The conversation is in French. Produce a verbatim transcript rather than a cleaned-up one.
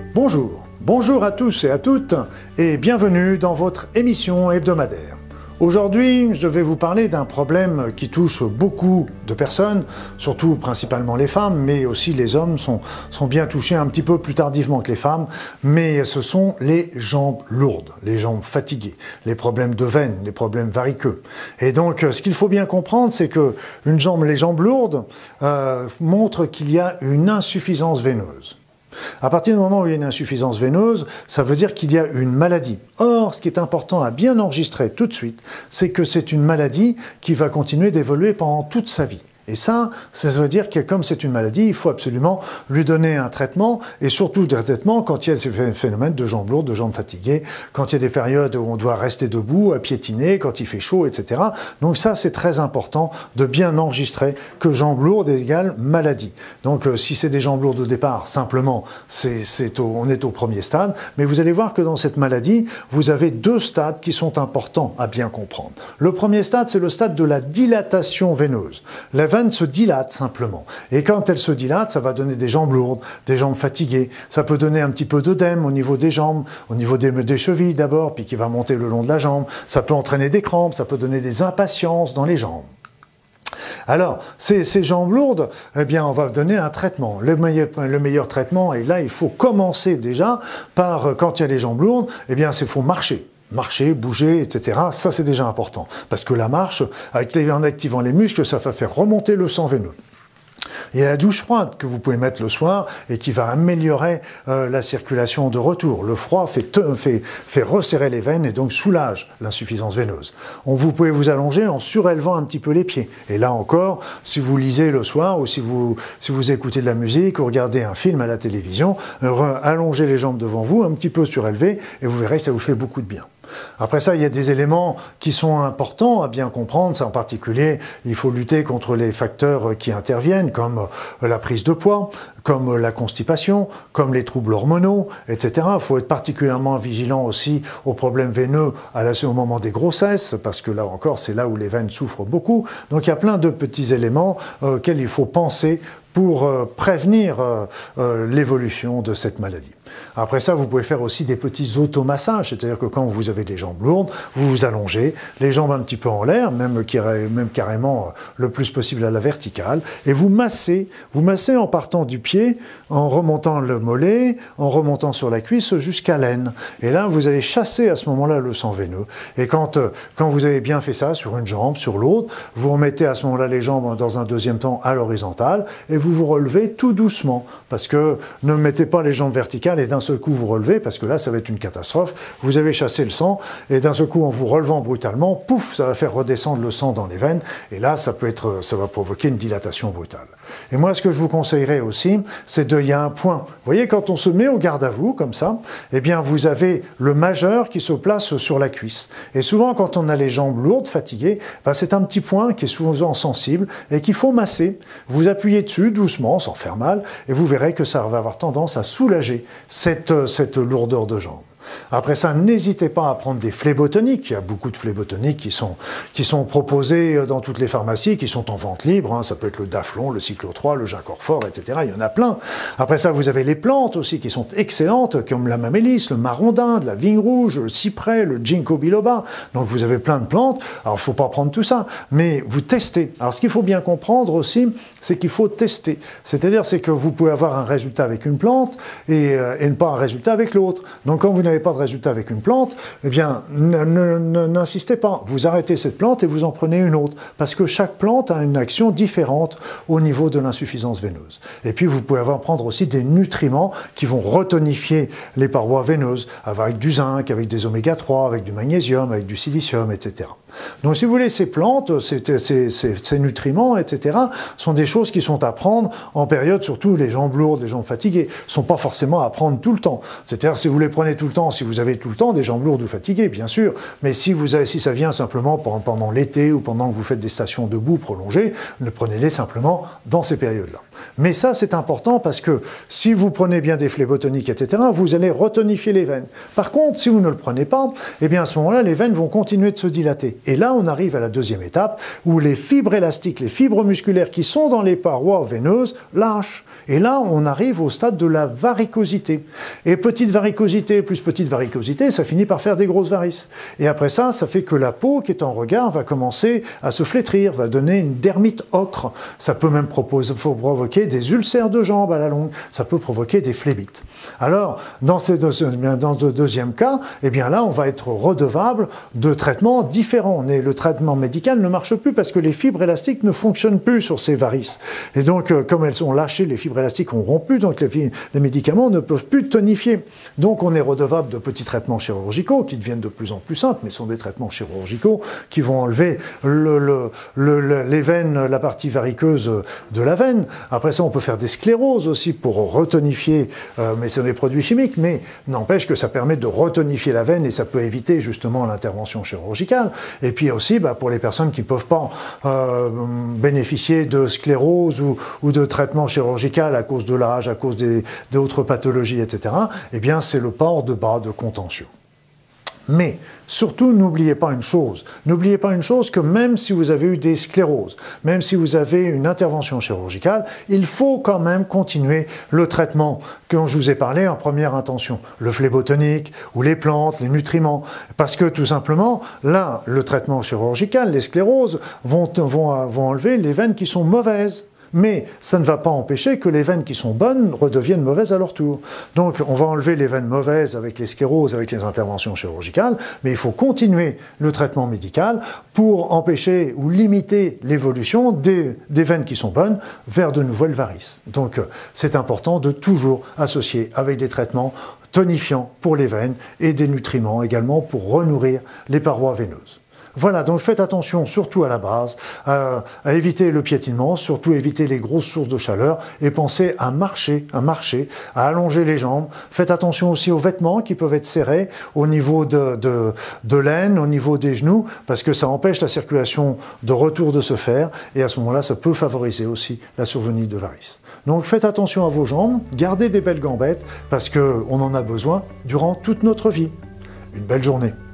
Bonjour, bonjour à tous et à toutes et bienvenue dans votre émission hebdomadaire. Aujourd'hui, je vais vous parler d'un problème qui touche beaucoup de personnes, surtout principalement les femmes, mais aussi les hommes sont, sont bien touchés un petit peu plus tardivement que les femmes, mais ce sont les jambes lourdes, les jambes fatiguées, les problèmes de veines, les problèmes variqueux. Et donc, ce qu'il faut bien comprendre, c'est que une jambe, les jambes lourdes euh, montrent qu'il y a une insuffisance veineuse. À partir du moment où il y a une insuffisance veineuse, ça veut dire qu'il y a une maladie. Or, ce qui est important à bien enregistrer tout de suite, c'est que c'est une maladie qui va continuer d'évoluer pendant toute sa vie. Et ça, ça veut dire que comme c'est une maladie, il faut absolument lui donner un traitement, et surtout des traitements quand il y a ces phénomènes de jambes lourdes, de jambes fatiguées, quand il y a des périodes où on doit rester debout, à piétiner, quand il fait chaud, et cetera. Donc ça, c'est très important de bien enregistrer que jambes lourdes égale maladie. Donc euh, si c'est des jambes lourdes au départ, simplement, c'est, c'est au, on est au premier stade, mais vous allez voir que dans cette maladie, vous avez deux stades qui sont importants à bien comprendre. Le premier stade, c'est le stade de la dilatation veineuse. La veine se dilate simplement. Et quand elle se dilate, ça va donner des jambes lourdes, des jambes fatiguées. Ça peut donner un petit peu d'œdème au niveau des jambes, au niveau des, des chevilles d'abord, puis qui va monter le long de la jambe. Ça peut entraîner des crampes, ça peut donner des impatiences dans les jambes. Alors, ces, ces jambes lourdes, eh bien, on va donner un traitement. Le meilleur, le meilleur traitement, et là, il faut commencer déjà par, quand il y a les jambes lourdes, eh bien, c'est faut marcher. Marcher, bouger, et cetera. Ça, c'est déjà important. Parce que la marche, en activant les muscles, ça va faire remonter le sang veineux. Il y a la douche froide que vous pouvez mettre le soir et qui va améliorer euh, la circulation de retour. Le froid fait, fait, fait resserrer les veines et donc soulage l'insuffisance veineuse. On, vous pouvez vous allonger en surélevant un petit peu les pieds. Et là encore, si vous lisez le soir ou si vous, si vous écoutez de la musique ou regardez un film à la télévision, euh, allongez les jambes devant vous, un petit peu surélevées, et vous verrez que ça vous fait beaucoup de bien. Après ça, il y a des éléments qui sont importants à bien comprendre. C'est en particulier, il faut lutter contre les facteurs qui interviennent, comme la prise de poids, comme la constipation, comme les troubles hormonaux, et cetera. Il faut être particulièrement vigilant aussi aux problèmes veineux à la, au moment des grossesses, parce que là encore, c'est là où les veines souffrent beaucoup. Donc il y a plein de petits éléments euh, auxquels il faut penser pour euh, prévenir euh, euh, l'évolution de cette maladie. Après ça, vous pouvez faire aussi des petits automassages, c'est-à-dire que quand vous avez les jambes lourdes, vous vous allongez, les jambes un petit peu en l'air, même, même carrément le plus possible à la verticale, et vous massez, vous massez en partant du pied, en remontant le mollet, en remontant sur la cuisse jusqu'à l'aine. Et là, vous allez chasser à ce moment-là le sang veineux. Et quand, quand vous avez bien fait ça sur une jambe, sur l'autre, vous remettez à ce moment-là les jambes dans un deuxième temps à l'horizontale, et vous vous relevez tout doucement, parce que ne mettez pas les jambes verticales et d'un seul coup vous relevez, parce que là ça va être une catastrophe. Vous avez chassé le sang et d'un seul coup en vous relevant brutalement, pouf, ça va faire redescendre le sang dans les veines et là ça peut être, ça va provoquer une dilatation brutale. Et moi ce que je vous conseillerais aussi, c'est de, il y a un point. Vous voyez, quand on se met au garde à vous comme ça, eh bien vous avez le majeur qui se place sur la cuisse. Et souvent quand on a les jambes lourdes, fatiguées, ben, c'est un petit point qui est souvent sensible et qu'il faut masser. Vous appuyez dessus doucement, sans faire mal, et vous verrez que ça va avoir tendance à soulager cette, cette lourdeur de jambes. Après ça, n'hésitez pas à prendre des phlébotoniques. Il y a beaucoup de phlébotoniques qui sont, qui sont proposés dans toutes les pharmacies, qui sont en vente libre. Hein. Ça peut être le Daflon, le Cyclo-trois, le Gincorfort, et cetera. Il y en a plein. Après ça, vous avez les plantes aussi qui sont excellentes, comme la mamélis, le marron d'Inde, la vigne rouge, le cyprès, le ginkgo biloba. Donc vous avez plein de plantes. Alors il ne faut pas prendre tout ça, mais vous testez. Alors ce qu'il faut bien comprendre aussi, c'est qu'il faut tester. C'est-à-dire c'est que vous pouvez avoir un résultat avec une plante et, euh, et ne pas un résultat avec l'autre. Donc quand vous n'avez pas de résultat avec une plante, eh bien, n'insistez pas. Vous arrêtez cette plante et vous en prenez une autre. Parce que chaque plante a une action différente au niveau de l'insuffisance veineuse. Et puis, vous pouvez avoir prendre aussi des nutriments qui vont retonifier les parois veineuses, avec du zinc, avec des oméga trois, avec du magnésium, avec du silicium, et cetera. Donc, si vous voulez, ces plantes, ces, ces, ces, ces nutriments, et cetera, sont des choses qui sont à prendre en période, surtout les jambes lourdes, les jambes fatiguées, ne sont pas forcément à prendre tout le temps. C'est-à-dire, si vous les prenez tout le temps, si vous avez tout le temps des jambes lourdes ou fatiguées, bien sûr, mais si, vous avez, si ça vient simplement pendant l'été ou pendant que vous faites des stations debout prolongées, ne prenez-les simplement dans ces périodes-là. Mais ça, c'est important parce que si vous prenez bien des phlébotoniques, et cetera, vous allez retonifier les veines. Par contre, si vous ne le prenez pas, eh bien à ce moment-là, les veines vont continuer de se dilater. Et là, on arrive à la deuxième étape où les fibres élastiques, les fibres musculaires qui sont dans les parois veineuses lâchent. Et là, on arrive au stade de la varicosité. Et petite varicosité plus petite varicosité, ça finit par faire des grosses varices. Et après ça, ça fait que la peau qui est en regard va commencer à se flétrir, va donner une dermite ocre. Ça peut même proposer, faut provoquer des ulcères de jambes à la longue. Ça peut provoquer des phlébites. Alors, dans, ces deux, dans le deuxième cas, eh bien là, on va être redevable de traitements différents. Et le traitement médical ne marche plus parce que les fibres élastiques ne fonctionnent plus sur ces varices. Et donc, comme elles sont lâchées, les fibres élastiques ont rompu, donc les, les médicaments ne peuvent plus tonifier. Donc on est redevable de petits traitements chirurgicaux qui deviennent de plus en plus simples, mais sont des traitements chirurgicaux qui vont enlever le, le, le, les veines, la partie variqueuse de la veine. Après ça, on peut faire des scléroses aussi pour retonifier, euh, mais c'est des produits chimiques, mais n'empêche que ça permet de retonifier la veine et ça peut éviter justement l'intervention chirurgicale. Et puis aussi, bah, pour les personnes qui ne peuvent pas euh, bénéficier de sclérose ou, ou de traitement chirurgical à cause de l'âge, à cause d'autres pathologies, et cetera, eh bien, c'est le port de bas de contention. Mais, surtout, n'oubliez pas une chose. N'oubliez pas une chose, que même si vous avez eu des scléroses, même si vous avez une intervention chirurgicale, il faut quand même continuer le traitement que je vous ai parlé en première intention. Le phlébotonique, ou les plantes, les nutriments. Parce que, tout simplement, là, le traitement chirurgical, les scléroses, vont, vont, vont enlever les veines qui sont mauvaises. Mais ça ne va pas empêcher que les veines qui sont bonnes redeviennent mauvaises à leur tour. Donc on va enlever les veines mauvaises avec les scléroses, avec les interventions chirurgicales, mais il faut continuer le traitement médical pour empêcher ou limiter l'évolution des, des veines qui sont bonnes vers de nouvelles varices. Donc c'est important de toujours associer avec des traitements tonifiants pour les veines et des nutriments également pour renourrir les parois veineuses. Voilà, donc faites attention surtout à la base, à, à éviter le piétinement, surtout éviter les grosses sources de chaleur et pensez à marcher, à marcher, à allonger les jambes. Faites attention aussi aux vêtements qui peuvent être serrés au niveau de, de, de l'aine, au niveau des genoux, parce que ça empêche la circulation de retour de se faire et à ce moment-là, ça peut favoriser aussi la survenue de varices. Donc faites attention à vos jambes, gardez des belles gambettes parce qu'on en a besoin durant toute notre vie. Une belle journée.